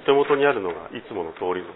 手元にあるのがいつもの通りの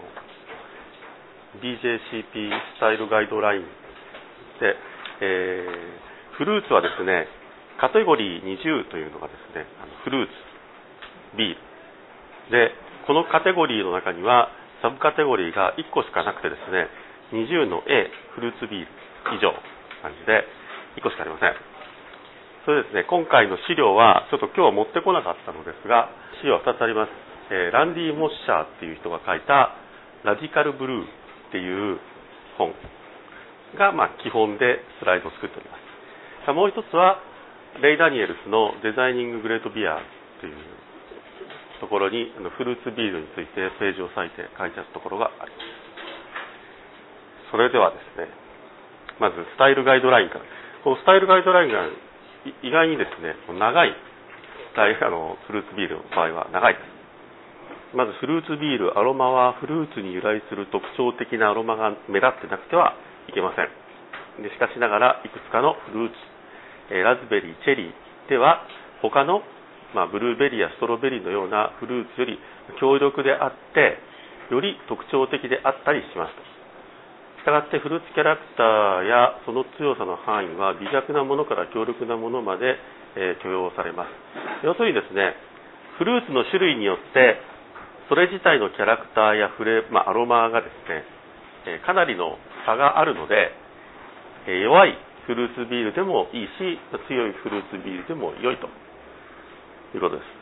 BJCP スタイルガイドラインで、フルーツはですね、カテゴリー20というのがですね、フルーツ、ビールで、このカテゴリーの中にはサブカテゴリーが1個しかなくてですね、20の A フルーツビール以上感じで1個しかありません。それですね、今回の資料はちょっと今日は持ってこなかったのですが、資料は2つあります。ランディ・モッシャーっていう人が書いたラジカルブルーっていう本が基本でスライドを作っております。もう一つはレイ・ダニエルスのデザイニング・グレート・ビアというところにフルーツビールについてページを割いて書いてあるところがあります。それではですね、まずスタイルガイドラインから。このスタイルガイドラインが意外にですね、長いフルーツビールの場合は長いです。まずフルーツビール、アロマはフルーツに由来する特徴的なアロマが目立ってなくてはいけません。でしかしながらいくつかのフルーツ、ラズベリー、チェリーでは他の、ブルーベリーやストロベリーのようなフルーツより強力であってより特徴的であったりします。したがってフルーツキャラクターやその強さの範囲は微弱なものから強力なものまで、許容されます。要するにですね、フルーツの種類によってそれ自体のキャラクターやアロマがですね、かなりの差があるので、弱いフルーツビールでもいいし、強いフルーツビールでも良いということです。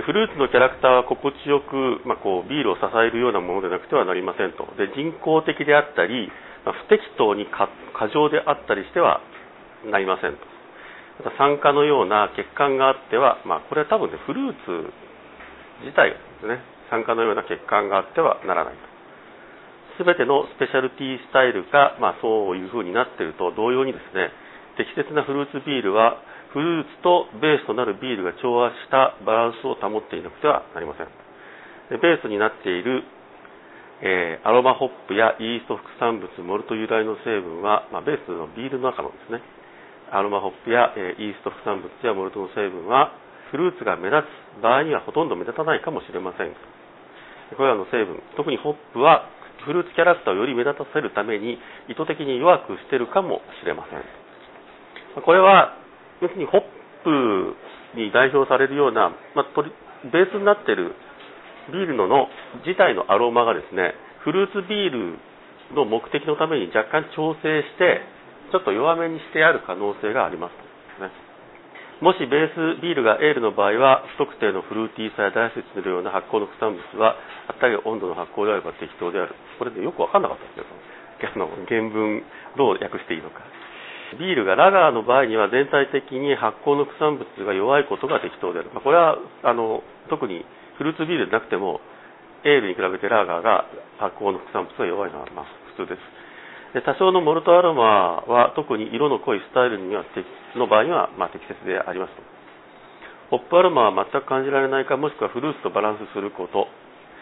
フルーツのキャラクターは心地よく、ビールを支えるようなものでなくてはなりませんと。で、人工的であったり、不適当に過剰であったりしてはなりませんと。また酸化のような血管があっては、これは多分ね、フルーツ自体がですね、酸化のような血管があってはならないと。すべてのスペシャルティースタイルが、そういうふうになっていると同様にですね、適切なフルーツビールはフルーツとベースとなるビールが調和したバランスを保っていなくてはなりません。でベースになっている、アロマホップやイースト副産物、モルト由来の成分は、ベースのビールの中のですね、アロマホップや、イースト副産物やモルトの成分はフルーツが目立つ場合にはほとんど目立たないかもしれません。これらの成分、特にホップはフルーツキャラクターをより目立たせるために意図的に弱くしているかもしれません。これは要するにホップに代表されるような、ベースになっているビールの自体のアロマがですね、フルーツビールの目的のために若干調整してちょっと弱めにしてある可能性がありますね。もしベースビールがエールの場合は不特定のフルーティーさや大雪のような発酵の副産物は温かい温度の発酵であれば適当である。これでよく分かんなかったですけど、原文どう訳していいのか。ビールがラガーの場合には全体的に発酵の副産物が弱いことが適当である。これは特にフルーツビールでなくてもエールに比べてラガーが発酵の副産物が弱いのは普通です。で多少のモルトアロマは特に色の濃いスタイルの場合には適切でありますと。ホップアロマは全く感じられないか、もしくはフルーツとバランスすること、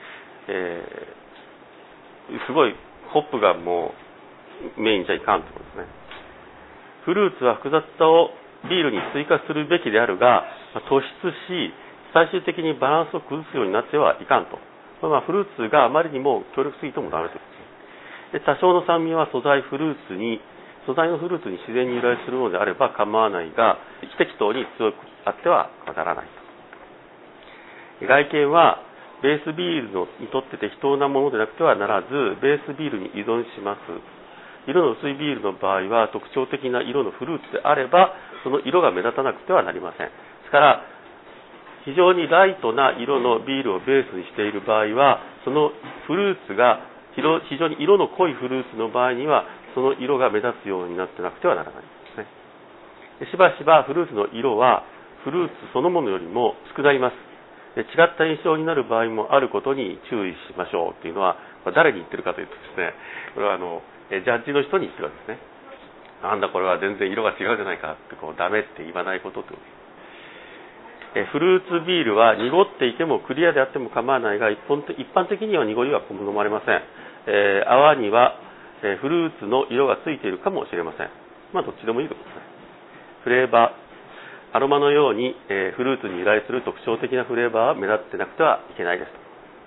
すごいホップがもうメインじゃいかんということですね。フルーツは複雑さをビールに追加するべきであるが、突出し最終的にバランスを崩すようになってはいかんと。フルーツがあまりにも強力すぎてもダメということです。で多少の酸味は素材のフルーツに自然に由来するのであれば構わないが、適当に強くあってはならないと。外見はベースビールにとって適当なものでなくてはならず、ベースビールに依存します。色の薄いビールの場合は特徴的な色のフルーツであればその色が目立たなくてはなりません。ですから非常にライトな色のビールをベースにしている場合は、そのフルーツが非常に色の濃いフルーツの場合にはその色が目立つようになってなくてはならないですね。しばしばフルーツの色はフルーツそのものよりも薄くなります。違った印象になる場合もあることに注意しましょうというのは、誰に言ってるかというとですね、これはジャッジの人に言ってるわけですね。なんだこれは全然色が違うじゃないかってダメって言わないことということです。フルーツビールは濁っていてもクリアであっても構わないが、一般的には濁りは好まれません。泡には、フルーツの色がついているかもしれません。どっちでもいいということですね。フレーバー、アロマのように、フルーツに由来する特徴的なフレーバーは目立ってなくてはいけないです。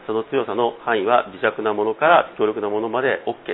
その強さの範囲は微弱なものから強力なものまで OK です。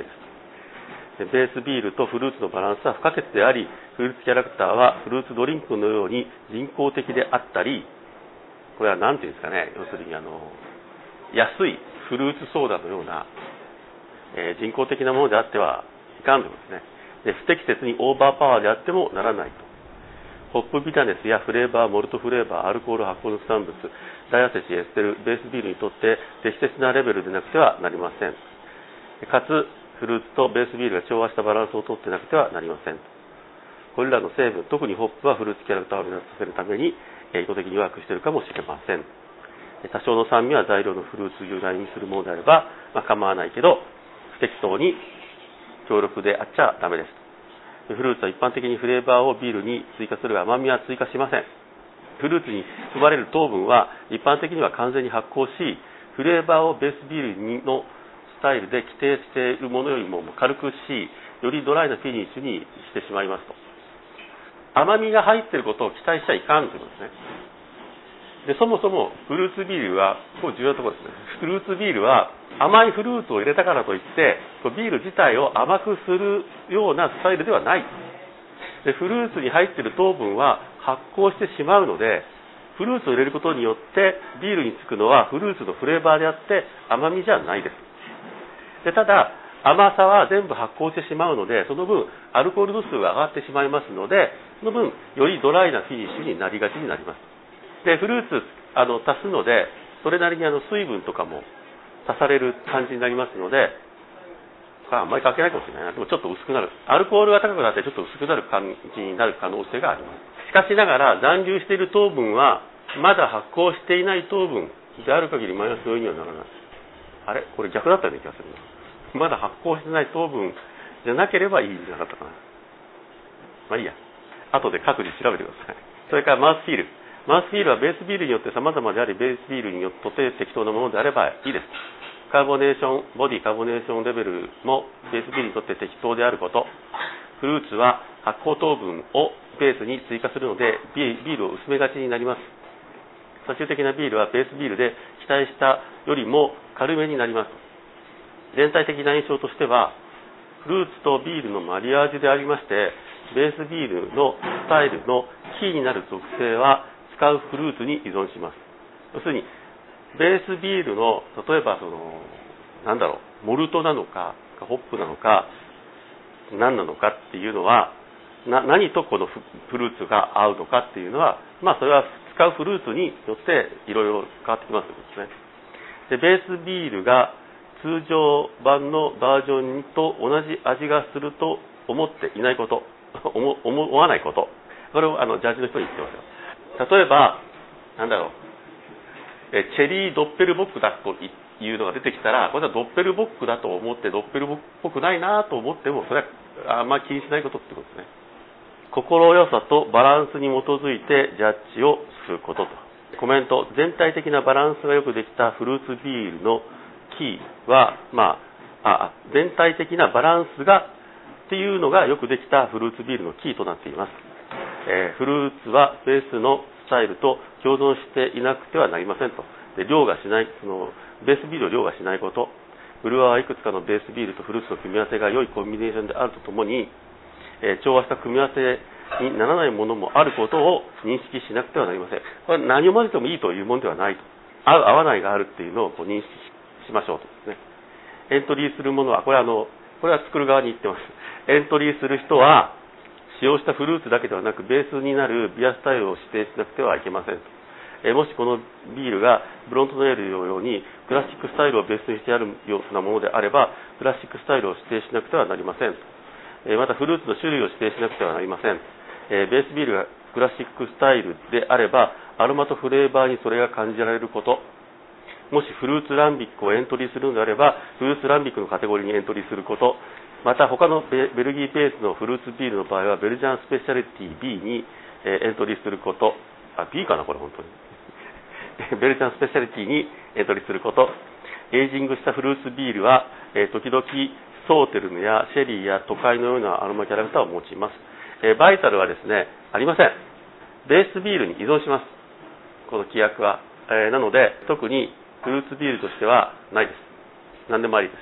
ベースビールとフルーツのバランスは不可欠であり、フルーツキャラクターはフルーツドリンクのように人工的であったり、これは何ていうんですかね、要するに安いフルーツソーダのような、人工的なものであってはいかんということですね。で、不適切にオーバーパワーであってもならないと。ホップビタネスやフレーバー、モルトフレーバー、アルコール、発酵の副産物、ダイアセチ、エステル、ベースビールにとって適切なレベルでなくてはなりません。かつ、フルーツとベースビールが調和したバランスをとってなくてはなりません。これらの成分、特にホップはフルーツキャラクターを目立たせるために意図的にワークしているかもしれません。多少の酸味は材料のフルーツ由来にするものであれば、構わないけど、不適当に強力であっちゃダメです。フルーツは一般的にフレーバーをビールに追加するが甘みは追加しません。フルーツに含まれる糖分は一般的には完全に発酵し、フレーバーをベースビールのスタイルで規定しているものよりも軽くし、よりドライなフィニッシュにしてしまいますと。甘みが入っていることを期待しちゃいかんということですね。で、そもそもフルーツビールは、ここ重要なところですね。フルーツビールは甘いフルーツを入れたからといって、ビール自体を甘くするようなスタイルではない。で、フルーツに入っている糖分は発酵してしまうので、フルーツを入れることによってビールにつくのはフルーツのフレーバーであって甘みじゃないです。で、ただ、甘さは全部発酵してしまうので、その分アルコール度数が上がってしまいますので、その分よりドライなフィニッシュになりがちになります。で、フルーツ足すので、それなりに水分とかも足される感じになりますので、あんまり関係ないかもしれないな。でもちょっと薄くなる。アルコールが高くなってちょっと薄くなる感じになる可能性があります。しかしながら残留している糖分はまだ発酵していない糖分である限りマイナス要因にはならない。あれこれ逆だったような気がするな。まだ発酵してない糖分じゃなければいいんじゃなかったかな。まあいいや。後で各自調べてください。それからマウスフィール。マウスフィールはベースビールによって様々であり、ベースビールによって適当なものであればいいです。カーボネーション、ボディカーボネーションレベルもベースビールにとって適当であること。フルーツは発酵糖分をベースに追加するので、ビールを薄めがちになります。最終的なビールはベースビールで期待したよりも軽めになります。全体的な印象としては、フルーツとビールのマリアージュでありまして、ベースビールのスタイルのキーになる属性は使うフルーツに依存します。要するに、ベースビールの、例えばモルトなのか、ホップなのか、何なのかっていうのは、何とこのフルーツが合うのかっていうのは、それは使うフルーツによっていろいろ変わってきますですね。で、ベースビールが通常版のバージョンと同じ味がすると思っていないこと、思わないこと、これをジャージの人に言ってますよ。例えば、チェリードッペルボックだというのが出てきたら、これはドッペルボックだと思って、ドッペルボックっぽくないなと思っても、それはあんまり気にしないことってことですね。心よさとバランスに基づいてジャッジをすることと。コメント、全体的なバランスがよくできたフルーツビールのキーは、全体的なバランスがっていうのがよくできたフルーツビールのキーとなっています。フルーツはベースのスタイルと共存していなくてはなりませんと。で、量がしない、ベースビールを量がしないこと。ブルワーはいくつかのベースビールとフルーツの組み合わせが良いコンビネーションであるとともに、調和した組み合わせにならないものもあることを認識しなくてはなりません。これは何を混ぜてもいいというものではないと。合う合わないがあるっていうのを認識しましょうとですね。エントリーするものは、これは作る側に言ってます。エントリーする人は、使用したフルーツだけではなく、ベースになるビアスタイルを指定しなくてはいけませんと。もしこのビールがブロントノエールのようにクラシックスタイルをベースにしてあるようなものであれば、クラシックスタイルを指定しなくてはなりません。またフルーツの種類を指定しなくてはなりません。ベースビールがクラシックスタイルであれば、アロマとフレーバーにそれが感じられること。もしフルーツランビックをエントリーするのであれば、フルーツランビックのカテゴリーにエントリーすること。また他のベルギーベースのフルーツビールの場合は、ベルジャンスペシャリティ B にエントリーすること。B かなこれ本当に。ベルジャンスペシャリティにエントリーすること。エイジングしたフルーツビールは、時々ソーテルヌやシェリーや都会のようなアロマキャラクターを持ちます。バイタルはですね、ありません。ベースビールに依存します。この規約は。なので、特にフルーツビールとしてはないです。何でもありです。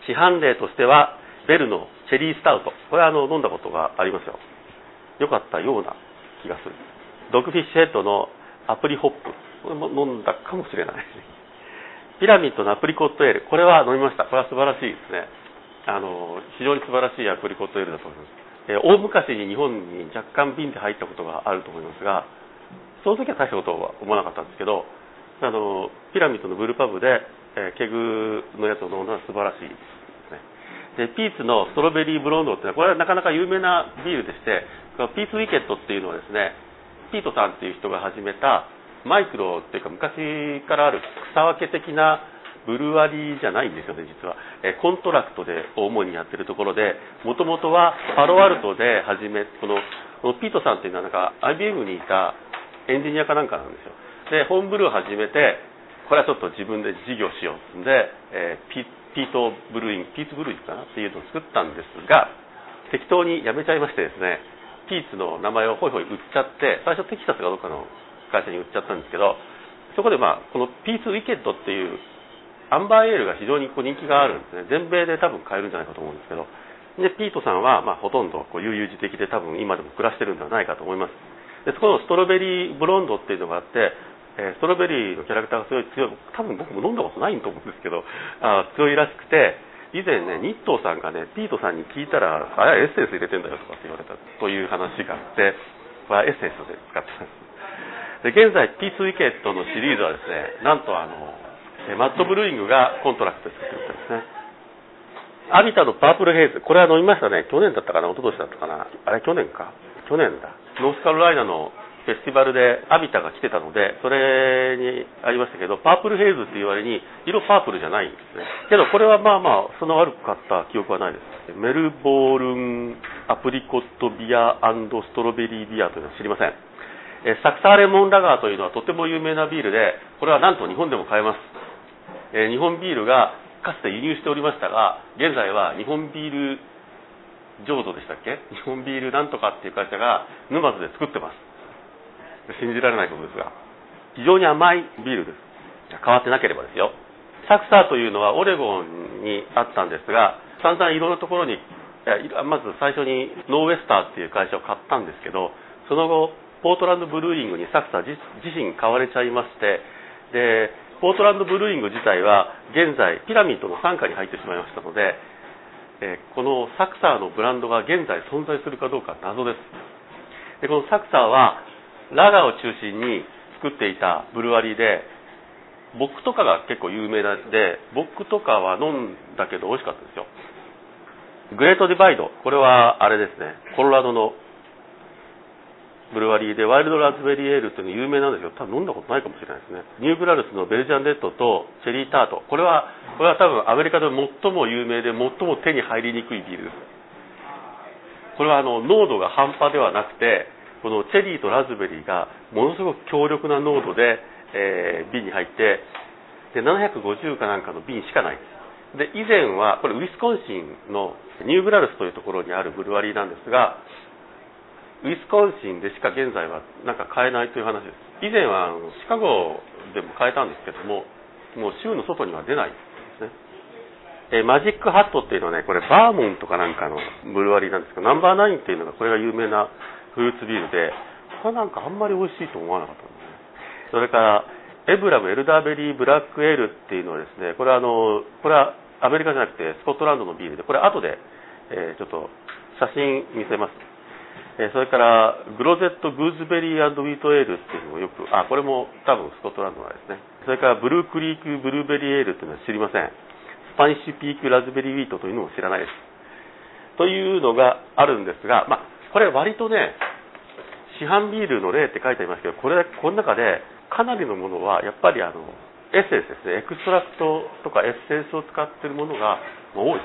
市販例としてはベルのチェリースタウト、これは飲んだことがありますよ。良かったような気がする。ドッグフィッシュヘッドのアプリホップ、これも飲んだかもしれない。ピラミッドのアプリコットエール、これは飲みました。これは素晴らしいですね。非常に素晴らしいアプリコットエールだと思います。大昔に日本に若干瓶で入ったことがあると思いますが、その時は大したことは思わなかったんですけど、ピラミッドのブルーパブで、ケグのやつを飲んだのは素晴らしいですね。でピーツのストロベリーブロンドっていうのはこれはなかなか有名なビールでして、ピーツウィケットっていうのはですね、ピートさんっていう人が始めたマイクロっていうか昔からある草分け的なブルワリーじゃないんですよね、実は。コントラクトで主にやってるところで、もともとはパロアルトでこのピートさんっていうのはなんか IBM にいたエンジニアかなんかなんですよ。でホームブルーを始めて、これはちょっと自分で事業しようってんで、ピーツブルーイングかなっていうのを作ったんですが、適当にやめちゃいましてですね、ピーツの名前をホイホイ売っちゃって、最初テキサスかどっかの会社に売っちゃったんですけど、そこでこのピーツウィケットっていうアンバーエールが非常に人気があるんですね。全米で多分買えるんじゃないかと思うんですけど、でピートさんはほとんど悠々自適で多分今でも暮らしてるんではないかと思います。でそこのストロベリーブロンドっていうのがあって、ストロベリーのキャラクターがすごい強い、多分僕も飲んだことないと思うんですけど、強いらしくて、以前ね、日東さんがね、ピートさんに聞いたら、あれエッセンス入れてんだよとかって言われたという話があって、これはエッセンスで使ってます。で現在、ピーツウィケットのシリーズはですね、なんとマットブルーイングがコントラクトで作ってるんですね。アビタのパープルヘイズ、これは飲みましたね。去年だったかな、一昨年だったかな。あれ、去年か。去年だ。ノースカロライナのフェスティバルでアビタが来てたので、それにありましたけど、パープルヘイズっていう割に、色パープルじゃないんですね。けど、これはそんな悪かった記憶はないです。メルボルンアプリコットビア&ストロベリービアというのは知りません。サクサーレモンラガーというのはとても有名なビールで、これはなんと日本でも買えます。日本ビールがかつて輸入しておりましたが、現在は日本ビール醸造でしたっけ、日本ビールなんとかっていう会社が沼津で作ってます。信じられないことですが、非常に甘いビールです。変わってなければですよ。サクサーというのはオレゴンにあったんですが、散々いろんなところに、まず最初にノーウェスターっていう会社を買ったんですけど、その後ポートランドブルーイングにサクサー自身買われちゃいまして、でポートランドブルーイング自体は現在ピラミッドの傘下に入ってしまいましたので、このサクサーのブランドが現在存在するかどうか謎です。でこのサクサーはラガーを中心に作っていたブルワリーで、ボックとかが結構有名で、ボックとかは飲んだけど美味しかったですよ。グレートディバイド、これはあれですね、コロラドのブルワリーでワイルドラズベリーエールっていうの有名なんですけど、多分飲んだことないかもしれないですね。ニューグラルスのベルジャンレッドとチェリータート、これは多分アメリカで最も有名で最も手に入りにくいビールです。これは濃度が半端ではなくて、このチェリーとラズベリーがものすごく強力な濃度で、瓶に入って、で750かなんかの瓶しかないです。で以前はこれウィスコンシンのニューグラルスというところにあるブルワリーなんですが、ウィスコンシンでしか現在はなんか買えないという話です。以前はシカゴでも買えたんですけども、もう州の外には出ないですね。マジックハットっていうのはね、これバーモントかなんかのブルワリーなんですけど、ナンバーナインっていうのがこれが有名なフルーツビールで、これなんかあんまり美味しいと思わなかったんですね。それからエブラムエルダーベリーブラックエールっていうのはですね、これはアメリカじゃなくてスコットランドのビールで、これ後で、ちょっと写真見せます。それからグロゼットグーズベリー&ウィートエールっていうのもよく、これも多分スコットランドなんですね。それからブルークリークブルーベリーエールっていうのは知りません。スパニッシュピークラズベリーウィートというのも知らないです。というのがあるんですが、これ割とね、市販ビールの例って書いてありますけど、この中でかなりのものはやっぱりエッセンスですね、エクストラクトとかエッセンスを使っているものが多いです。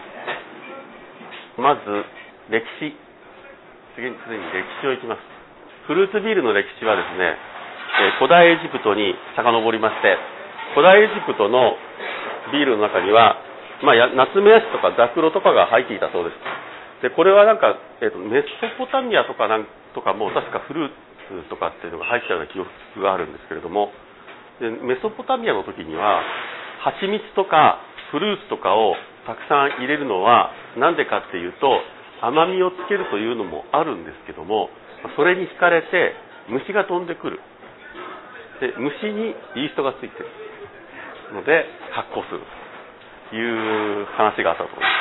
まず歴史、次に歴史をいきます。フルーツビールの歴史はですね、古代エジプトに遡りまして、古代エジプトのビールの中には、ナツメヤシとかザクロとかが入っていたそうです。でこれはなんか、メソポタミアとかも確かフルーツとかっていうのが入ったような記憶があるんですけれども、 でメソポタミアの時には蜂蜜とかフルーツとかをたくさん入れるのはなんでかっていうと、甘みをつけるというのもあるんですけども、それに惹かれて虫が飛んでくる。で虫にイーストがついてるので発酵するという話があったと思います。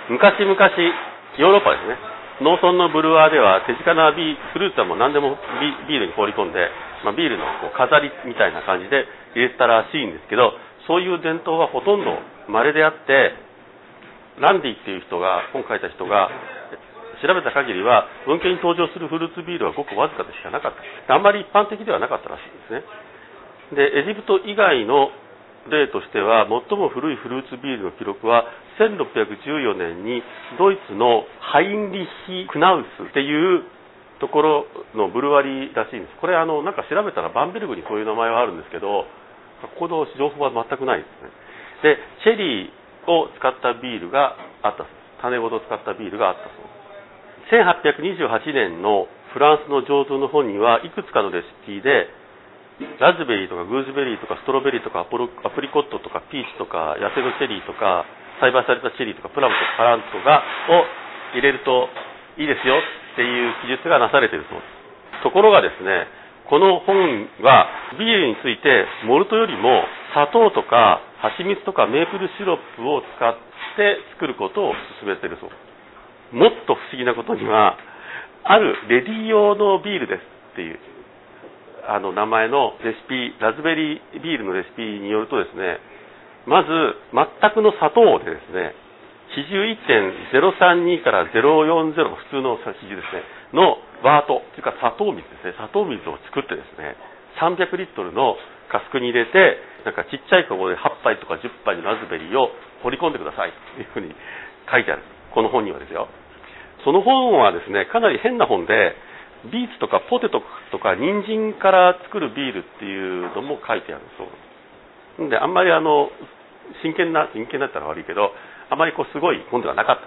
昔々ヨーロッパですね、農村のブルワーでは手近なフルーツはもう何でもビールに放り込んで、ビールの飾りみたいな感じで入れてたらしいんですけど、そういう伝統はほとんど稀であって、ランディっていう人が本書いた人が調べた限りは文献に登場するフルーツビールはごくわずかでしかなかった。あんまり一般的ではなかったらしいんですね。でエジプト以外の例としては最も古いフルーツビールの記録は1614年にドイツのハインリッヒ・クナウスっていうところのブルワリーらしいんです。これなんか調べたらバンベルグにそういう名前はあるんですけど、ここの情報は全くないですね。でチェリーを使ったビールがあったそうです。種ごと使ったビールがあったそうです。1828年のフランスの醸造の本にはいくつかのレシピでラズベリーとかグーズベリーとかストロベリーとかアプリコットとかピーチとか野生のチェリーとか栽培されたチェリーとかプラムとかカラントを入れるといいですよっていう記述がなされているそうです。ところがですね、この本はビールについてモルトよりも砂糖とか蜂蜜とかメープルシロップを使って作ることを勧めているそうです。もっと不思議なことにはあるレディー用のビールですっていう名前のレシピ、ラズベリービールのレシピによるとですね、まず全くの砂糖でですね、比重 1.032 から040、普通の比重ですねのバートというか砂糖水ですね、砂糖水を作ってですね、300リットルのカスクに入れて、なんかちっちゃい籠で8杯とか10杯のラズベリーを掘り込んでくださいというふうに書いてある。この本にはですよ。その本はですね、かなり変な本で、ビーツとかポテトとか人参から作るビールっていうのも書いてあるそうで、あんまり真剣だったら悪いけど、あまりすごい本ではなかった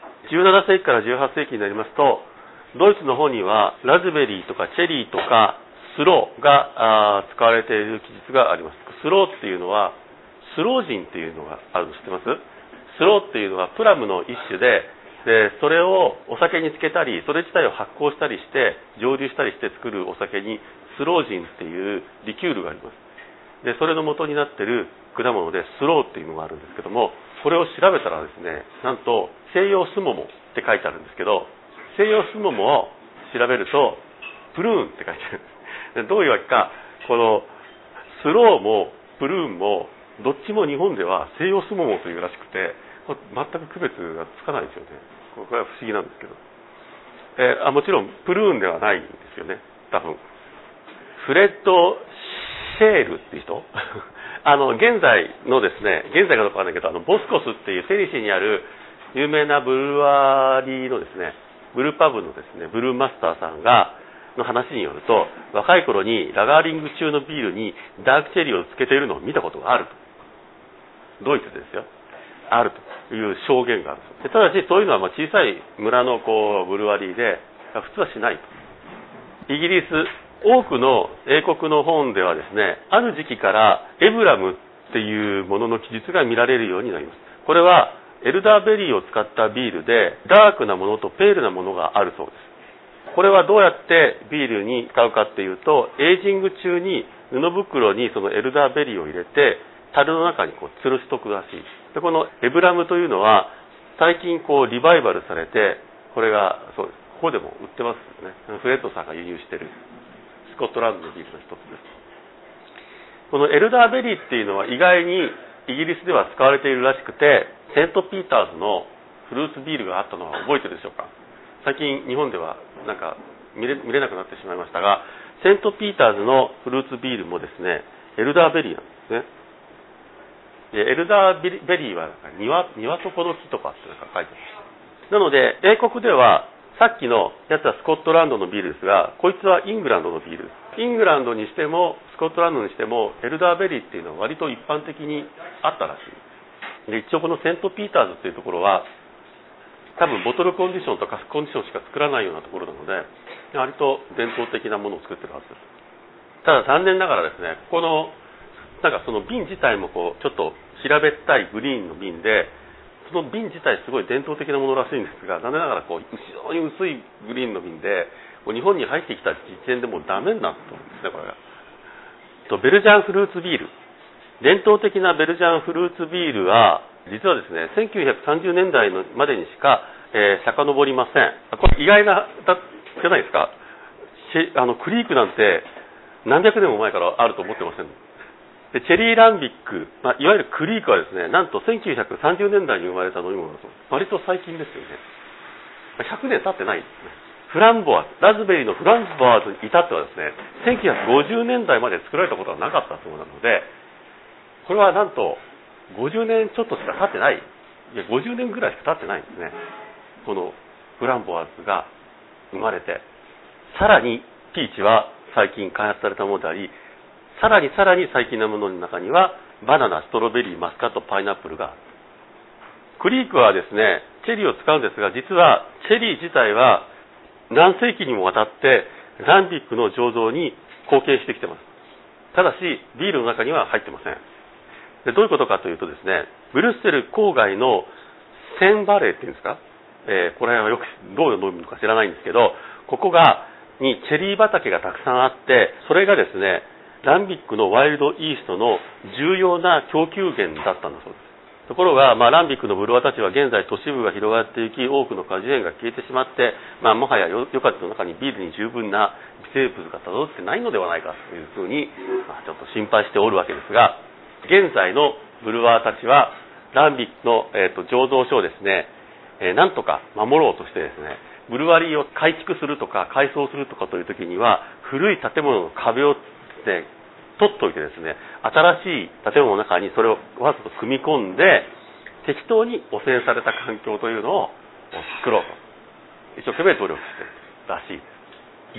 。17世紀から18世紀になりますと、ドイツの方にはラズベリーとかチェリーとかスローが使われている記述があります。スローっていうのはスロージンっていうのがあるの知ってます？スローっていうのはプラムの一種で、それをお酒につけたり、それ自体を発酵したりして蒸留したりして作るお酒にスロージンっていうリキュールがあります。でそれの元になっている果物でスローっていうのがあるんですけども、これを調べたらですね、なんと西洋スモモって書いてあるんですけど、西洋スモモを調べるとプルーンって書いてあるんです。でどういうわけか、このスローもプルーンもどっちも日本では西洋スモモというらしくて、全く区別がつかないですよね。これは不思議なんですけど、もちろんプルーンではないんですよね、多分。フレッド・シェールっていう人現在のですね、現在かどうかわかんないけど、ボスコスっていうテニシーにある有名なブルワリーのですね、ブルーパブのですね、ブルーマスターさんの話によると、若い頃にラガーリング中のビールにダークチェリーをつけているのを見たことがあると。ドイツですよ。あるという証言があると。ただしそういうのは小さい村のブルワリーで普通はしないと。イギリス多くの英国の本ではですね、ある時期からエブラムっていうものの記述が見られるようになります。これはエルダーベリーを使ったビールでダークなものとペールなものがあるそうです。これはどうやってビールに使うかっていうと、エイジング中に布袋にそのエルダーベリーを入れて樽の中に吊るしとくらしい。でこのエブラムというのは最近リバイバルされて、これがそうです。ここでも売ってますね。フレッドさんが輸入しているスコットランドのビールの一つです。このエルダーベリーっていうのは意外にイギリスでは使われているらしくて、セントピーターズのフルーツビールがあったのは覚えてるでしょうか。最近日本ではなんか見れなくなってしまいましたが、セントピーターズのフルーツビールもですね、エルダーベリーなんですね。でエルダーベリーは庭とこの木とかってなんか書いてます。なので英国ではさっきのやつはスコットランドのビールですが、こいつはイングランドのビールです。イングランドにしてもスコットランドにしてもエルダーベリーっていうのは割と一般的にあったらしい。で一応このセントピーターズっていうところは多分ボトルコンディションとカスコンディションしか作らないようなところなので、割と伝統的なものを作ってるはずです。 ただ残念ながらですね、このなんかその瓶自体もこうちょっと平べったいグリーンの瓶で、その瓶自体すごい伝統的なものらしいんですが、残念ながらこう非常に薄いグリーンの瓶で、もう日本に入ってきた時点でもうダメになったんですね、これが。ベルジャンフルーツビール、伝統的なベルジャンフルーツビールは実はですね、1930年代のまでにしか、遡りません。これ意外なじゃないですか。クリークなんて何百年も前からあると思ってません。でチェリーランビック、いわゆるクリークはですね、なんと1930年代に生まれた飲み物だと。割と最近ですよね。100年経ってないですね。フランボワーズ、ラズベリーのフランボワーズに至ってはですね、1950年代まで作られたことはなかったそうなので、これはなんと50年ちょっとしか経ってない、50年ぐらいしか経ってないんですね。このフランボワーズが生まれて、さらにピーチは最近開発されたものであり、さらに最近のものの中にはバナナ、ストロベリー、マスカット、パイナップルがある。クリークはですね、チェリーを使うんですが、実はチェリー自体は何世紀にもわたってランビックの醸造に貢献してきています。ただしビールの中には入ってません。でどういうことかというとですね、ブリュッセル郊外のセンバレーっていうんですか、これはよくどう飲むのか知らないんですけど、ここにチェリー畑がたくさんあって、それがですね、ランビックのワイルドイーストの重要な供給源だったんだそうです。ところが、ランビックのブルワーたちは現在都市部が広がっていき、多くの果樹園が消えてしまって、もはや余暇地の中にビールに十分な微生物が漂ってないのではないかというふうに、ちょっと心配しておるわけですが、現在のブルワーたちはランビックの、醸造所をですね、なんとか守ろうとしてですね、ブルワリーを改築するとか改装するとかという時には、古い建物の壁をですね、取っておいてですね、新しい建物の中にそれをわざと組み込んで、適当に汚染された環境というのを作ろうと一生懸命努力しているらしいです。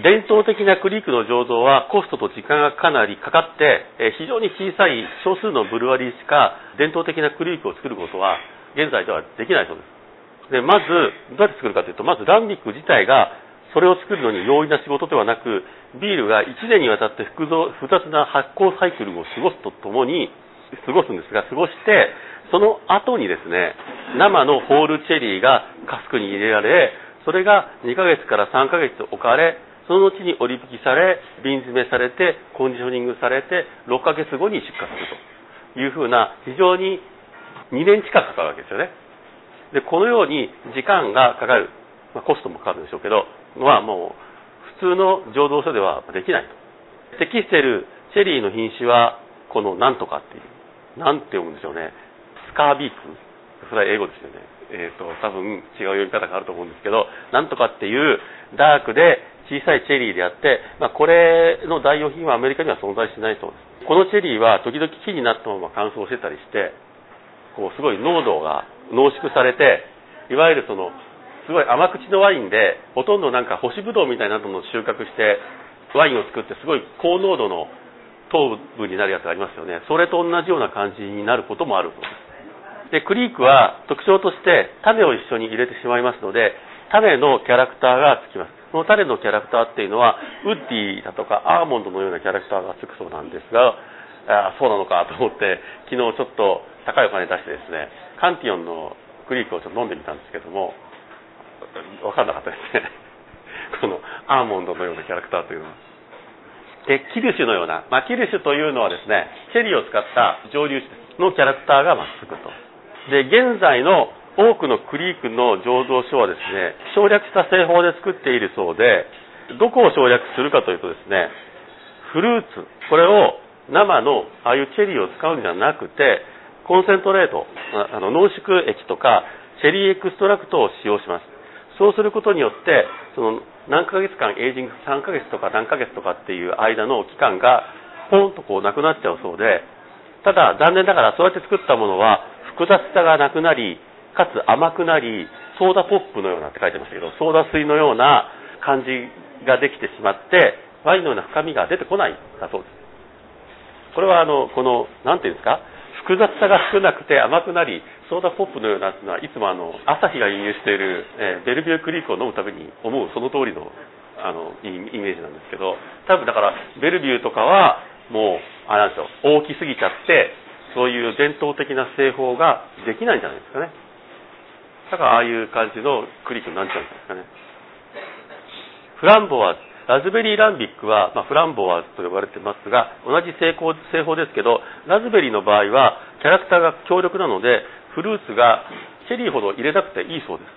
伝統的なクリークの醸造はコストと時間がかなりかかって、非常に小さい少数のブルワリーしか伝統的なクリークを作ることは現在ではできないそうです。でまずどうやって作るかというと、まずランビック自体がそれを作るのに容易な仕事ではなく、ビールが1年にわたって複雑な発酵サイクルを過ごすとともに過ごすんですが、過ごしてその後にですね、生のホールチェリーがカスクに入れられ、それが2ヶ月から3ヶ月置かれ、その後に折り引きされ、瓶詰めされてコンディショニングされて6ヶ月後に出荷するというふうな、非常に2年近くかかるわけですよね。でこのように時間がかかる、コストもかかるんでしょうけど、もう普通の醸造所ではできないと。適しているチェリーの品種はこのなんとかっていう、なんて読むんでしょうね、スカービーク、それは英語ですよね。多分違う読み方があると思うんですけど、なんとかっていうダークで小さいチェリーであって、これの代用品はアメリカには存在しないそうです。このチェリーは時々木になったまま乾燥してたりして、すごい濃度が濃縮されて、いわゆるすごい甘口のワインで、ほとんどなんか干しぶどうみたいなのを収穫してワインを作って、すごい高濃度の糖分になるやつがありますよね。それと同じような感じになることもあるそうです。でクリークは特徴として種を一緒に入れてしまいますので、種のキャラクターがつきます。その種のキャラクターっていうのはウッディだとかアーモンドのようなキャラクターがつくそうなんですが、そうなのかと思って昨日ちょっと高いお金出してですね、カンティオンのクリークをちょっと飲んでみたんですけども、分かんなかったですねこのアーモンドのようなキャラクターというのは。でキルシュのような、キルシュというのはですね、チェリーを使った蒸留酒のキャラクターがつくと。で現在の多くのクリークの醸造所はですね、省略した製法で作っているそうで、どこを省略するかというとですね、フルーツ、これを生のああいうチェリーを使うんじゃなくて、コンセントレート、濃縮液とかチェリーエクストラクトを使用します。そうすることによって、何ヶ月間エイジング、3ヶ月とか何ヶ月とかっていう間の期間がポンとなくなっちゃうそうで、ただ残念ながらそうやって作ったものは複雑さがなくなり、かつ甘くなり、ソーダポップのようなって書いてましたけど、ソーダ水のような感じができてしまって、ワインのような深みが出てこないだそうです。これはなんていうんですか、複雑さが少なくて甘くなり、ソーダポップのようなのはいつもアサヒが輸入している、ベルビュークリークを飲むために思うその通りのイメージなんですけど、多分だからベルビューとかはもうなんですよ、大きすぎちゃってそういう伝統的な製法ができないんじゃないですかね。だからああいう感じのクリックになっちゃうんですかね。フランボワーズ、ラズベリーランビックは、フランボワーズと呼ばれてますが、同じ製法ですけど、ラズベリーの場合はキャラクターが強力なので、フルーツがチェリーほど入れなくていいそうです。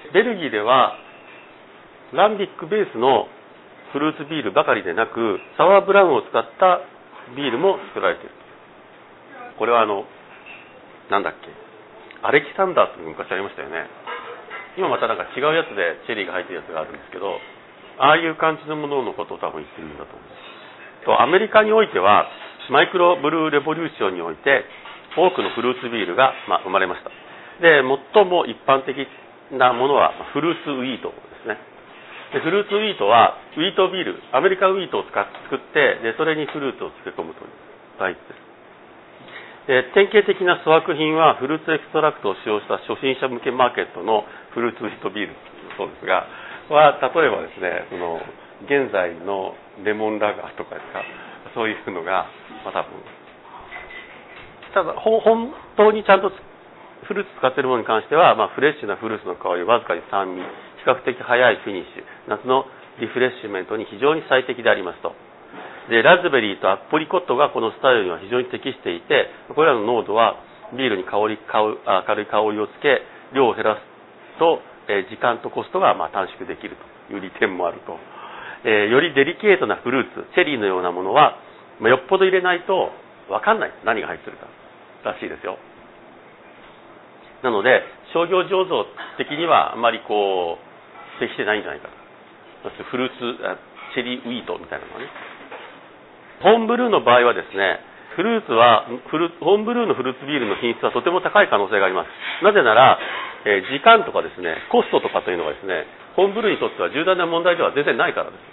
ベルギーではランビックベースのフルーツビールばかりでなく、サワーブラウンを使ったビールも作られている。これはなんだっけ、アレキサンダーって昔ありましたよね。今またなんか違うやつでチェリーが入ってるやつがあるんですけど、ああいう感じのもののことを多分言ってるんだと思います。アメリカにおいてはマイクロブルーレボリューションにおいて多くのフルーツビールが生まれました。で、最も一般的なものはフルーツウィートですね。でフルーツウィートはウィートビール、アメリカウィートを作ってでそれにフルーツを漬け込むというタイプです。で典型的な粗悪品はフルーツエクストラクトを使用した初心者向けマーケットのフルーツウィートビールそうですが、例えばですね、現在のレモンラガーとかですか、そういうのが、多分ただ本当にちゃんとフルーツ使っているものに関しては、フレッシュなフルーツの香り、わずかに酸味、比較的早いフィニッシュ、夏のリフレッシュメントに非常に最適でありますと。でラズベリーとアプリコットがこのスタイルには非常に適していて、これらの濃度はビールに軽い香りをつけ、量を減らすと、時間とコストが短縮できるという利点もあると。よりデリケートなフルーツ、チェリーのようなものは、よっぽど入れないと分かんない、何が入ってるからしいですよ。なので商業醸造的にはあまり適してないんじゃないかと。フルーツチェリーウィートみたいなのはね。ホームブルーの場合はですね、ホームブルーのフルーツビールの品質はとても高い可能性があります。なぜなら、時間とかですね、コストとかというのがですね、ホームブルーにとっては重大な問題では全然ないからです。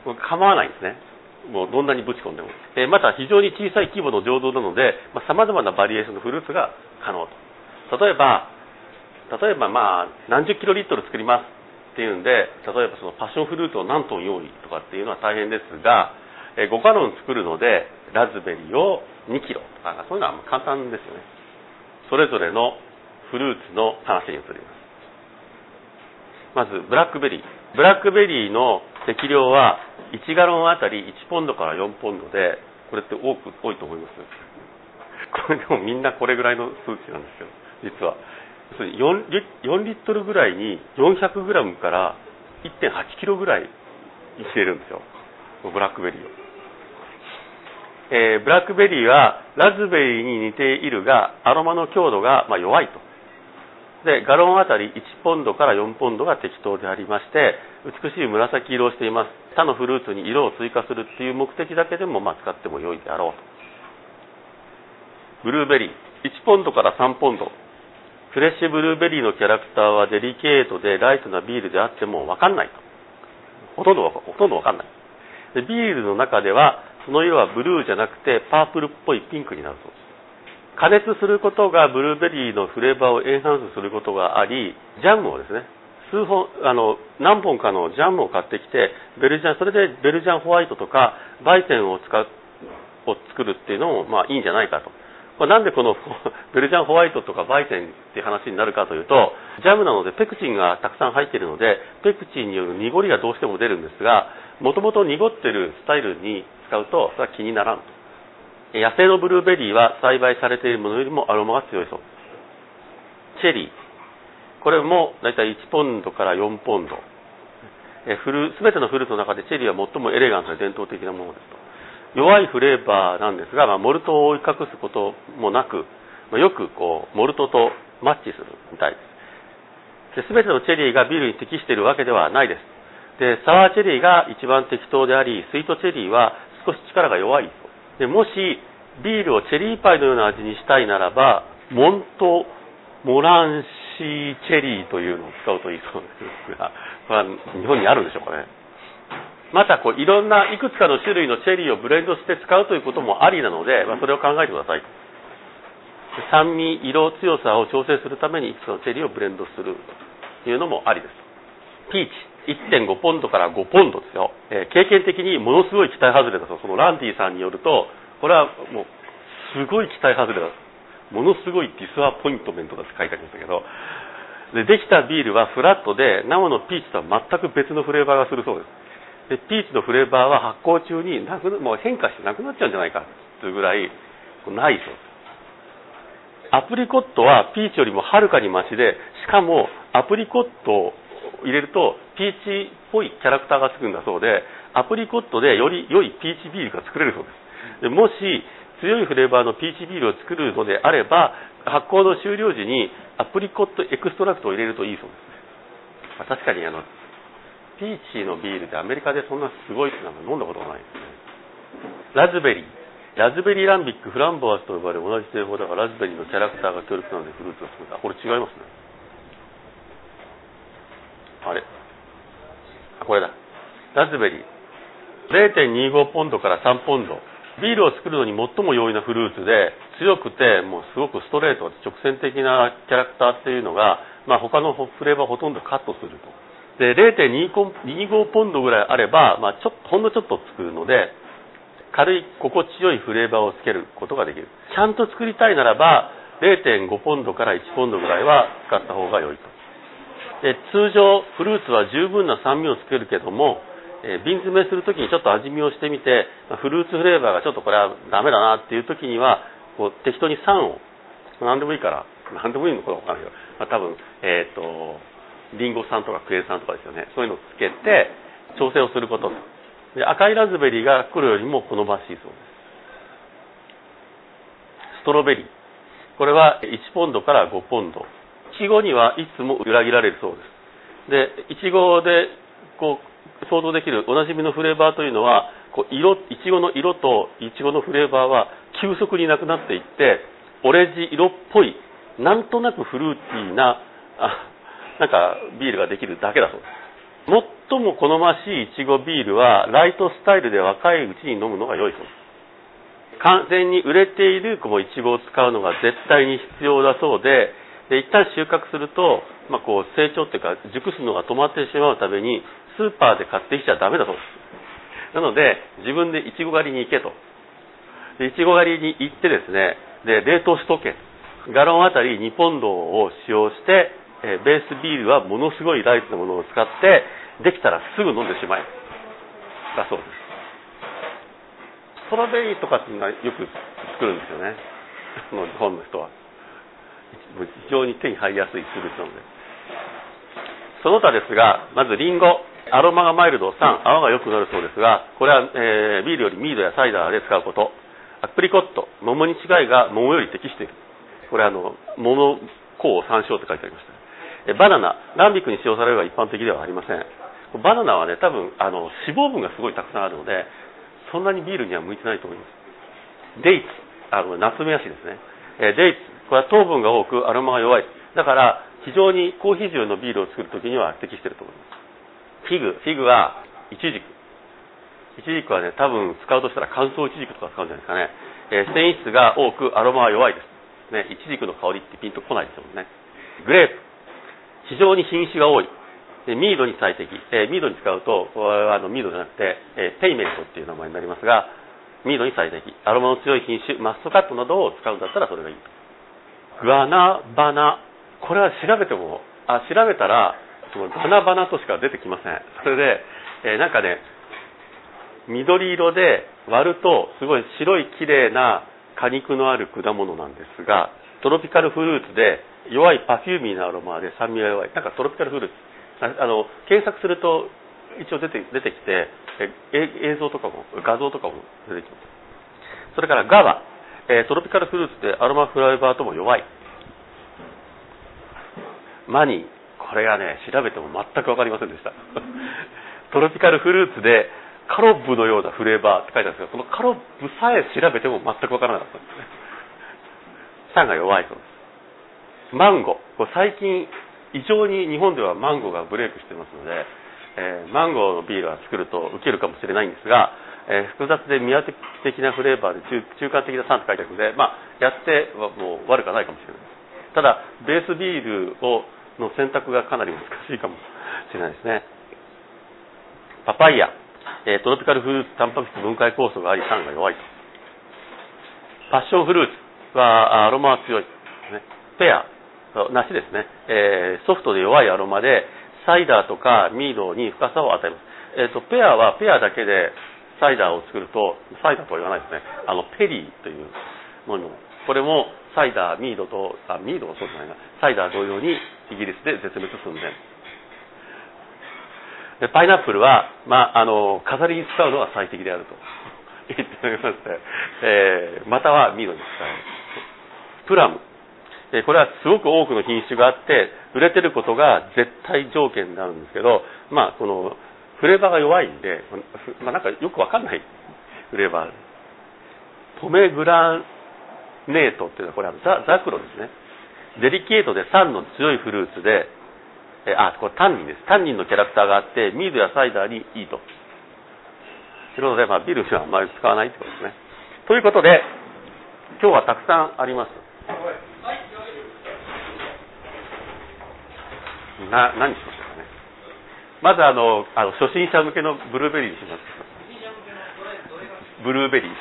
構わないんですね。もうどんなにぶち込んでも。また非常に小さい規模の醸造なので、様々なバリエーションのフルーツが可能と。例えば何十キロリットル作りますっていうんで、例えばそのパッションフルーツを何トン用意とかっていうのは大変ですが、5ガロン作るのでラズベリーを2キロとか、そういうのは簡単ですよね。それぞれのフルーツの話に移ります。まずブラックベリーの適量は1ガロンあたり1ポンドから4ポンドで、これって多いと思います。これでもみんなこれぐらいの数値なんですよ、実は。4リットルぐらいに400グラムから 1.8 キロぐらい入れるんですよ、ブラックベリーを。ブラックベリーはラズベリーに似ているがアロマの強度が弱いと。でガロンあたり1ポンドから4ポンドが適当でありまして、美しい紫色をしています。他のフルーツに色を追加するっていう目的だけでも使っても良いであろうと。ブルーベリー1ポンドから3ポンド。フレッシュブルーベリーのキャラクターはデリケートでライトなビールであっても分かんないと。ほとんど分かんない。でビールの中ではその色はブルーじゃなくてパープルっぽいピンクになるそうです。加熱することがブルーベリーのフレーバーをエンハンスすることがあり、ジャムをですね、何本かのジャムを買ってきて、それでベルジャンホワイトとかバイセンを作るっていうのもいいんじゃないかと。なんでこのベルジャンホワイトとかバイセンっていう話になるかというと、ジャムなのでペクチンがたくさん入っているので、ペクチンによる濁りがどうしても出るんですが、もともと濁ってるスタイルに使うとそれは気にならんと。野生のブルーベリーは栽培されているものよりもアロマが強いそう。チェリー、これもだいたい1ポンドから4ポンド。すべてのフルーツの中でチェリーは最もエレガントで伝統的なものですと。弱いフレーバーなんですが、モルトを覆い隠すこともなく、よくモルトとマッチするみたいです。すべてのチェリーがビールに適しているわけではないです。で、サワーチェリーが一番適当であり、スイートチェリーは少し力が弱い。で、もしビールをチェリーパイのような味にしたいならば、モントモランシーチェリーというのを使うといいそうですが、これは日本にあるんでしょうかね。またいろんないくつかの種類のチェリーをブレンドして使うということもありなので、それを考えてください。酸味、色、強さを調整するためにいくつかのチェリーをブレンドするというのもありです。 ピーチ 1.5 ポンドから5ポンドですよ。経験的にものすごい期待外れだと、そのランディさんによると、これはもうすごい期待外れだ。ものすごいディスアポイントメントだって書いてありましたけど、できたビールはフラットで生のピーチとは全く別のフレーバーがするそうです。でピーチのフレーバーは発酵中にもう変化してなくなっちゃうんじゃないかというぐらいないそうです。アプリコットはピーチよりもはるかにマシで、しかもアプリコットを入れるとピーチっぽいキャラクターがつくんだそうで、アプリコットでより良いピーチビールが作れるそうです。でもし強いフレーバーのピーチビールを作るのであれば、発酵の終了時にアプリコットエクストラクトを入れるといいそうです。確かにピーチのビールでアメリカでそんなすごいって飲んだことがないですね。ラズベリーランビック、フランボワーズと呼ばれる同じ製法だからラズベリーのキャラクターが強力なのでフルーツが作った。これ違いますね。あれこれだ。ラズベリー 0.25 ポンドから3ポンド。ビールを作るのに最も容易なフルーツで、強くてもうすごくストレート、直線的なキャラクターっていうのが、他のフレーバーほとんどカットすると。で 0.25 ポンドぐらいあれば、ほんのちょっと作るので、軽い心地よいフレーバーをつけることができる。ちゃんと作りたいならば 0.5 ポンドから1ポンドぐらいは使った方が良いと。で通常フルーツは十分な酸味をつけるけども、瓶詰めするときにちょっと味見をしてみて、フルーツフレーバーがちょっとこれはダメだなっていうときには適当に酸を何でもいいから、何でもいいのか分からないけど、多分リンゴ酸とかクエン酸とかですよね。そういうのをつけて調整をすることで、赤いラズベリーが黒よりも好ましいそうです。ストロベリー、これは1ポンドから5ポンド。いちごにはいつも裏切られるそうです。でいちごで想像できるおなじみのフレーバーというのは、いちごの色といちごのフレーバーは急速になくなっていって、オレンジ色っぽいなんとなくフルーティーななんかビールができるだけだそうです。最も好ましいいちごビールはライトスタイルで若いうちに飲むのが良いそうです。完全に売れているいちごを使うのが絶対に必要だそうで、一旦収穫すると、成長というか熟すのが止まってしまうためにスーパーで買ってきちゃダメだそうです。なので自分でいちご狩りに行けと。いちご狩りに行ってですね、で冷凍しとけ。ガロンあたり2ポンドを使用して、ベースビールはものすごいライトなものを使ってできたらすぐ飲んでしまえだそうです。ストロベリーとかっていうのはよく作るんですよね。日本の人は非常に手に入りやすいフルーツなので。その他ですが、まずリンゴ、アロマがマイルド、酸、泡が良くなるそうですが、これは、ビールよりミードやサイダーで使うこと。アプリコット、桃に違いが桃より適している。これ桃香山椒って書いてありました。バナナ、ランビックに使用されるのが一般的ではありません。バナナはね、多分脂肪分がすごいたくさんあるので、そんなにビールには向いてないと思います。デイツ、ナツメヤシですね。デイツ、これは糖分が多くアロマが弱い。だから非常に高比重のビールを作るときには適していると思います。フィグはイチジクはね、多分使うとしたら乾燥イチジクとか使うんじゃないですかね。繊維質が多くアロマは弱いです。ね、イチジクの香りってピンとこないですもんね。グレープ、非常に品種が多い。ミードに最適。ミードに使うと、ミードじゃなくて、ペイメントっていう名前になりますが、ミードに最適。アロマの強い品種、マストカットなどを使うんだったらそれがいい。グアナバナ、これは調べたらそのガナバナとしか出てきません。それで、なんかね、緑色で割るとすごい白い綺麗な果肉のある果物なんですが、トロピカルフルーツで弱いパフューミーなアロマで酸味が弱い。なんかトロピカルフルーツ、検索すると一応出てきて、映像とかも画像とかも出てきます。それからガバ、トロピカルフルーツでアロマフレーバーとも弱い。マニー、これがね、調べても全く分かりませんでした。トロピカルフルーツでカロッブのようなフレーバーって書いてあるんですが、このカロッブさえ調べても全く分からなかったんですね。酸が弱いそうです。マンゴー、これ最近異常に日本ではマンゴーがブレイクしてますので、マンゴーのビールは作ると受けるかもしれないんですが、複雑で宮的なフレーバーで中間的な酸って書いてあるので、やってはもう悪くはないかもしれないです。ただベースビールをの選択がかなり難しいかもしれないですね。パパイヤ、トロピカルフルーツ、タンパク質分解酵素があり酸が弱いと。パッションフルーツはアロマは強い、ね。ペア、梨ですね、ソフトで弱いアロマでサイダーとかミードに深さを与えます。ペアはペアだけでサイダーを作ると、サイダーとは言わないですね。ペリーという飲み物。これもサイダー、ミードと、ミードはそうじゃないな、サイダー同様にイギリスで絶滅寸前。でパイナップルは、飾りに使うのが最適であると言っておりまして、またはミードに使える。プラム。これはすごく多くの品種があって、売れてることが絶対条件になるんですけど、このフレーバーが弱いんで、なんかよくわかんないフレーバー。ポメグラネートっていうのは、これはザクロですね。デリケートで酸の強いフルーツで、これタンニンです。タンニンのキャラクターがあって、ミードやサイダーにいいと。ということで、ビールにはあまり使わないってことですね。ということで、今日はたくさんあります。何しましょうかね。まず初心者向けのブルーベリーにします。ブルーベリー。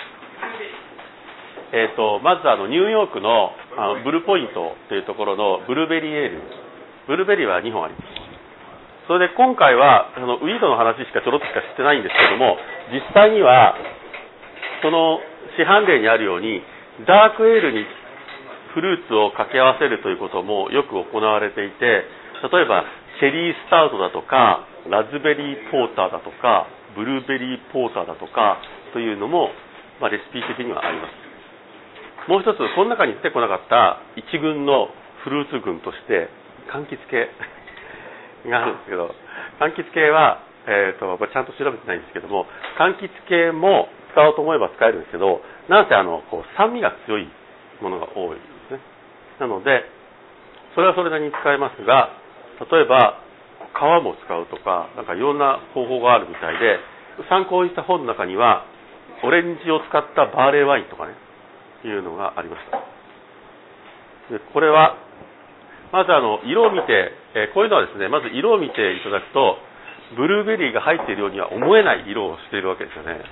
まずニューヨークのブルーポイントというところのブルーベリーエール。ブルーベリーは2本あります。それで今回はウィードの話しかちょろっとしかしてないんですけども、実際にはその市販例にあるようにダークエールにフルーツを掛け合わせるということもよく行われていて、例えばチェリースタウトだとかラズベリーポーターだとかブルーベリーポーターだとかというのも、レシピ的にはあります。もう一つ、この中に出てこなかった一群のフルーツ群として柑橘系があるんですけど、柑橘系は、ちゃんと調べてないんですけども、柑橘系も使おうと思えば使えるんですけど、なんせ酸味が強いものが多いですね。なのでそれはそれなりに使えますが、例えば皮も使うとか、なんかいろんな方法があるみたいで、参考にした本の中にはオレンジを使ったバーレーワインとかね、いうのがありました。でこれはまず色を見て、こういうのはですね、まず色を見ていただくとブルーベリーが入っているようには思えない色をしているわけですよね。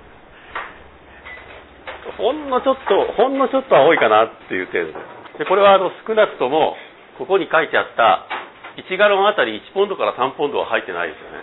ほんのちょっと青いかなっていう程度です。でこれは少なくともここに書いてあった1ガロンあたり1ポンドから3ポンドは入ってないですよね。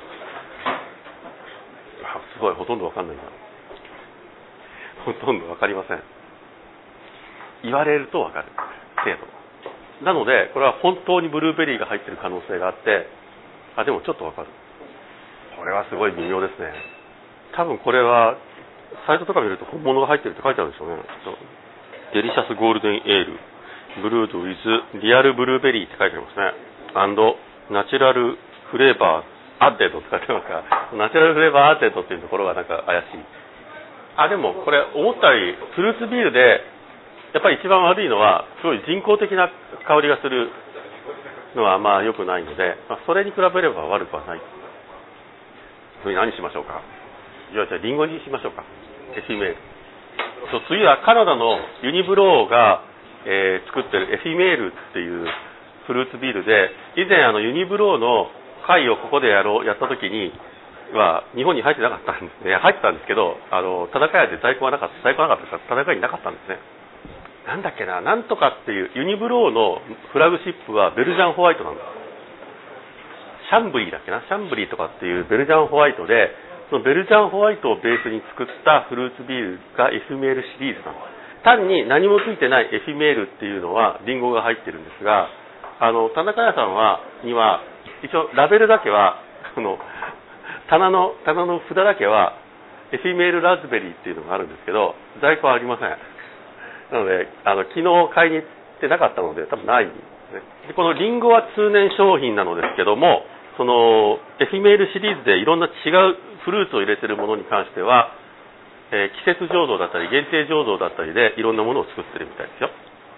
すごい、ほとんどわかんないな。ほとんどわかりません。言われるとわかる程度なので、これは本当にブルーベリーが入っている可能性があって、でもちょっとわかる。これはすごい微妙ですね。多分これはサイトとか見ると本物が入ってるって書いてあるんですよね。デリシャスゴールデンエールブルードウィズリアルブルーベリーって書いてありますね。ナチュラルフレーバーアッデッドって書いてますから、ナチュラルフレーバーアッデッドっていうところがなんか怪しい。でもこれ思ったよりフルーツビールでやっぱり一番悪いのはすごい人工的な香りがするのは良くないので、それに比べれば悪くはない。次何しましょうか。じゃあリンゴにしましょうか。エフィメール。次はカナダのユニブローが、作ってるエフィメールっていうフルーツビールで、以前ユニブローの会をここでやった時には日本に入ってなかったんですね。入ってたんですけど、田中屋で在庫がなかったから田中屋になかったんですね。なんだっけな、なんとかっていうユニブローのフラグシップはベルジャンホワイトなんです。シャンブリーだっけな、シャンブリーとかっていうベルジャンホワイトで、そのベルジャンホワイトをベースに作ったフルーツビールがエフィメールシリーズなんです。単に何もついてないエフィメールっていうのはリンゴが入ってるんですが、田中屋さんには一応ラベルだけは棚の札だけはエフィメールラズベリーっていうのがあるんですけど、在庫はありません。なので昨日買いに行ってなかったので多分ないんですね。でこのリンゴは通年商品なのですけども、そのエフィメールシリーズでいろんな違うフルーツを入れているものに関しては、季節醸造だったり限定醸造だったりでいろんなものを作ってるみたいですよ。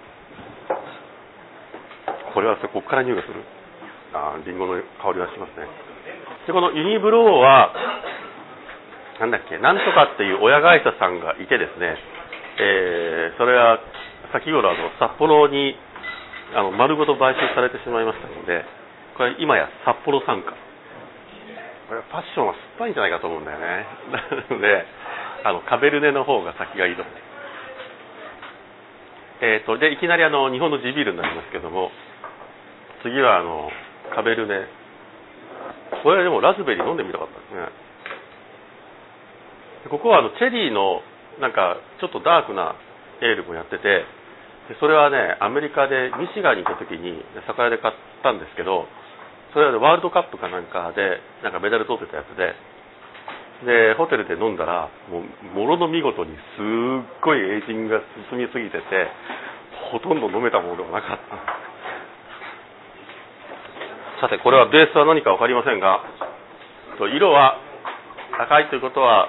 これはここから匂いがする。リンゴの香りがしますね。でこのユニブローはなんとかっていう親会社さんがいてですね、それは先頃札幌に丸ごと買収されてしまいましたので、これ今や札幌傘下、これファッションは酸っぱいんじゃないかと思うんだよね。なのでカベルネの方が先がいいと思う。でいきなり日本の地ビールになりますけども、次はカベルネ。これでもラズベリー飲んでみたかったですね。ここはチェリーのなんかちょっとダークなエールもやってて、それはねアメリカでミシガンに行った時に酒屋で買ったんですけど、それはワールドカップかなんかでなんかメダル取ってたやつで、ホテルで飲んだらものの見事にすっごいエイジングが進みすぎてて、ほとんど飲めたものではなかった。さてこれはベースは何か分かりませんが、色は赤いということは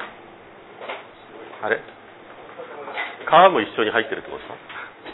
あれ皮も一緒に入ってるってことですか。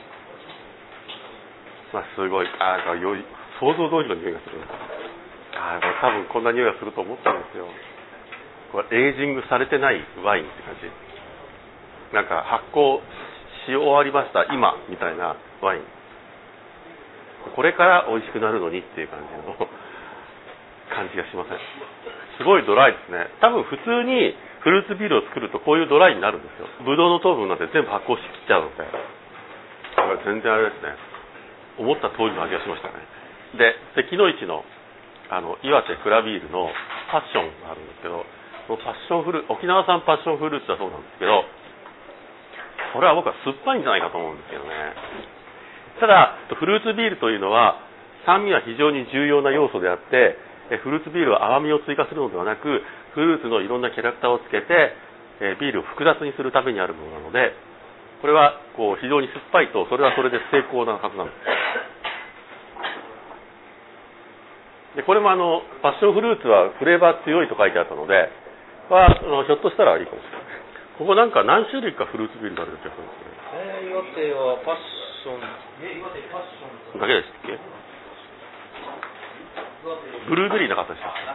まあすごい想像通りの匂いがする。これ多分こんな匂いがすると思ったんですよ。これエイジングされてないワインって感じ。なんか発酵し終わりました今みたいなワイン。これから美味しくなるのにっていう感じの感じがしません。すごいドライですね。多分普通にフルーツビールを作るとこういうドライになるんですよ。ブドウの糖分なんて全部発酵しきっちゃうので、全然あれですね。思った通りの味がしましたね。で関の市の岩手蔵ビールのパッションがあるんですけど、そのパッションフル沖縄産パッションフルーツだそうなんですけど、これは僕は酸っぱいんじゃないかと思うんですけどね。ただフルーツビールというのは酸味は非常に重要な要素であって、フルーツビールは甘みを追加するのではなく、フルーツのいろんなキャラクターをつけてビールを複雑にするためにあるものなので、これは非常に酸っぱいとそれはそれで成功なはずなんです。でこれもパッションフルーツはフレーバー強いと書いてあったので、ひょっとしたらいいかもしれない。ここなんか何種類かフルーツビールがある気がするんですね。 岩手はパッションだけでしたっけ。ブルーベリーなかったでしたっけ。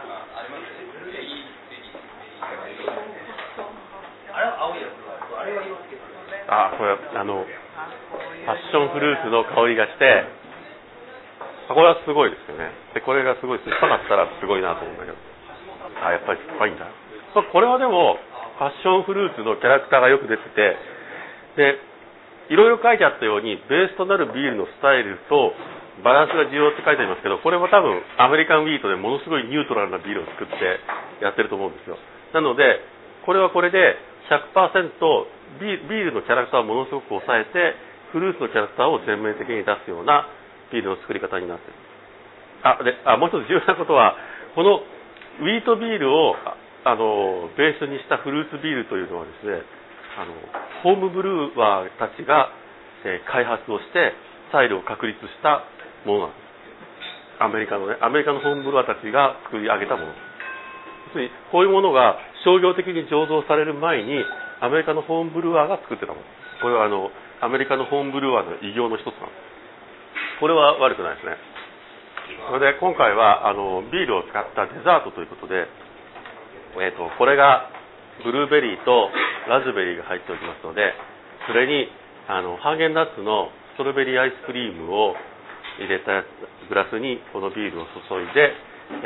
これパッションフルーツの香りがして、これはすごいですよね。でこれがすごい酸っぱかったらすごいなと思うんだけど、やっぱり酸っぱいんだ。これはでもパッションフルーツのキャラクターがよく出てて、でいろいろ書いてあったようにベースとなるビールのスタイルとバランスが重要って書いてありますけど、これも多分アメリカンウィートでものすごいニュートラルなビールを作ってやってると思うんですよ。なのでこれはこれで 100% ビールのキャラクターをものすごく抑えて、フルーツのキャラクターを全面的に出すようなビールの作り方になっている。もう一つ重要なことは、このウィートビールをベースにしたフルーツビールというのはですね、ホームブルーワーたちが、開発をしてスタイルを確立したものなんです。アメリカのホームブルーワーたちが作り上げたもの。要するにこういうものが商業的に醸造される前にアメリカのホームブルワーが作ってたもの。これはアメリカのホームブルワーの偉業の一つなんです。これは悪くないですね。それで今回はビールを使ったデザートということで、これがブルーベリーとラズベリーが入っておりますので、それにハーゲンダッツのストロベリーアイスクリームを入れたグラスにこのビールを注いで、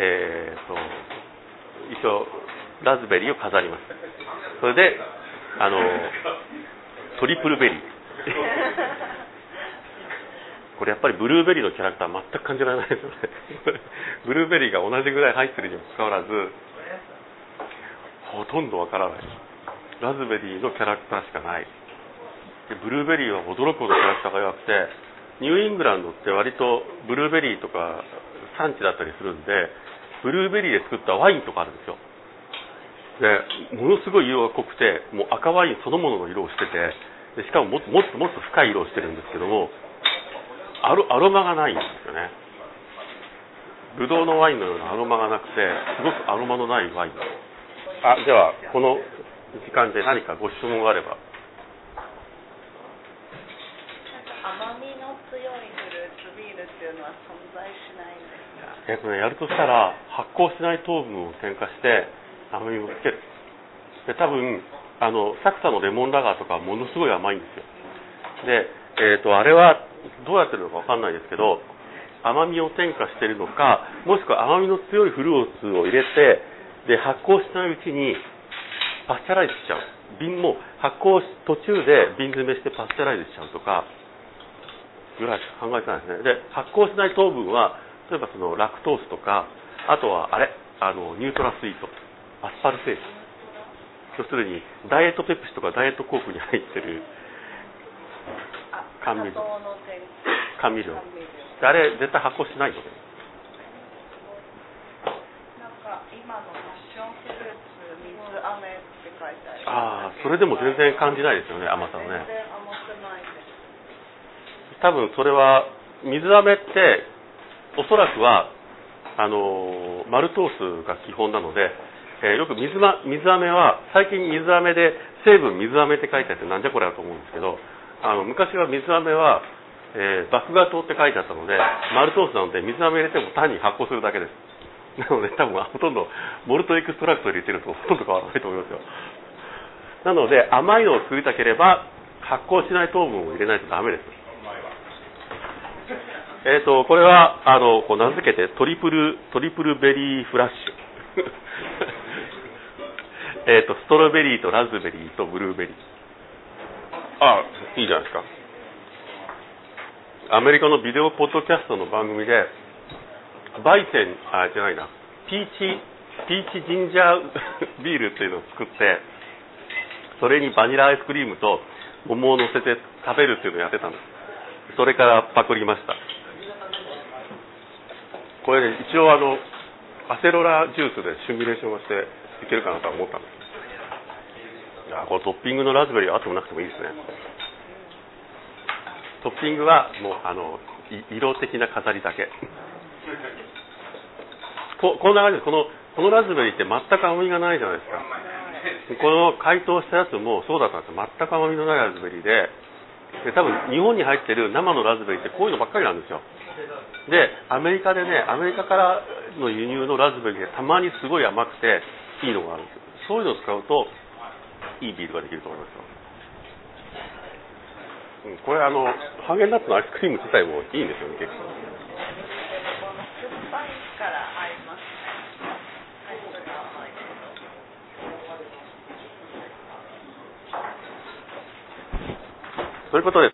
一応ラズベリーを飾ります。それでトリプルベリーこれやっぱりブルーベリーのキャラクター全く感じられないですよねブルーベリーが同じぐらい入ってるにもかかわらずほとんどわからない。ラズベリーのキャラクターしかない。でブルーベリーは驚くほどキャラクターが弱くて、ニューイングランドって割とブルーベリーとか産地だったりするんで、ブルーベリーで作ったワインとかあるんですよ。でものすごい色が濃くて、もう赤ワインそのものの色をしてて、でしかももっと深い色をしてるんですけども、アロマがないんですよね。ブドウのワインのようなアロマがなくて、すごくアロマのないワイン。ではこの時間で何かご質問があれば。 甘みの強いフルーツビールっていうのは存在しないんですか？ やるとしたら発酵しない糖分を添加して甘みをつける。で多分サクサのレモンラガーとかはものすごい甘いんですよ。であれはどうやってるのかわかんないですけど、甘みを添加しているのか、もしくは甘みの強いフルーツを入れて、で発酵しないうちにパスチャライズしちゃう。瓶も発酵途中で瓶詰めしてパスチャライズしちゃうとかぐらいしか考えてないですね。で発酵しない糖分は例えばそのラクトースとか、あとはニュートラスイート、アスパルテース、要するにダイエットペプシとかダイエットコークに入ってる甘味料、あれ絶対発酵しないので、 なんか今のパッションフルーツ水飴って書いてある。 ああ、それでも全然感じないですよね、甘さをね。 全然甘くないです。 多分それは水飴っておそらくはマルトースが基本なので、よく水飴は最近水飴で成分水飴って書いてあってなんじゃこれだと思うんですけど、昔は水飴は、麦芽糖って書いてあったのでマルトースなので水飴入れても単に発酵するだけです。なので多分ほとんどモルトエクストラクト入れてるとほとんど変わらないと思いますよ。なので甘いのを作りたければ発酵しない糖分を入れないとダメです。これはこう名付けてトリプルベリーフラッシュストロベリーとラズベリーとブルーベリー。あ、いいじゃないですか。アメリカのビデオポッドキャストの番組でバイセンじゃないなピーチジンジャービールっていうのを作って、それにバニラアイスクリームと桃を乗せて食べるっていうのをやってたんです。それからパクりました。これ、ね、一応アセロラジュースでシミュレーションをしていけるかなと思ったんです。いや、これトッピングのラズベリーあってもなくてもいいですね。トッピングはもう色的な飾りだけこんな感じです。このラズベリーって全く甘みがないじゃないですか。この解凍したやつもそうだったんですよ。全く甘みのないラズベリーで多分日本に入ってる生のラズベリーってこういうのばっかりなんですよ。でアメリカからの輸入のラズベリーでたまにすごい甘くていいのがあるんですよ。そういうのを使うといいビールができると思いますよ。これハーゲンダッツのアイスクリーム自体もいいんですよね、結構。 酸っぱいから合いますね。アイスが甘いけど。 そういうことです。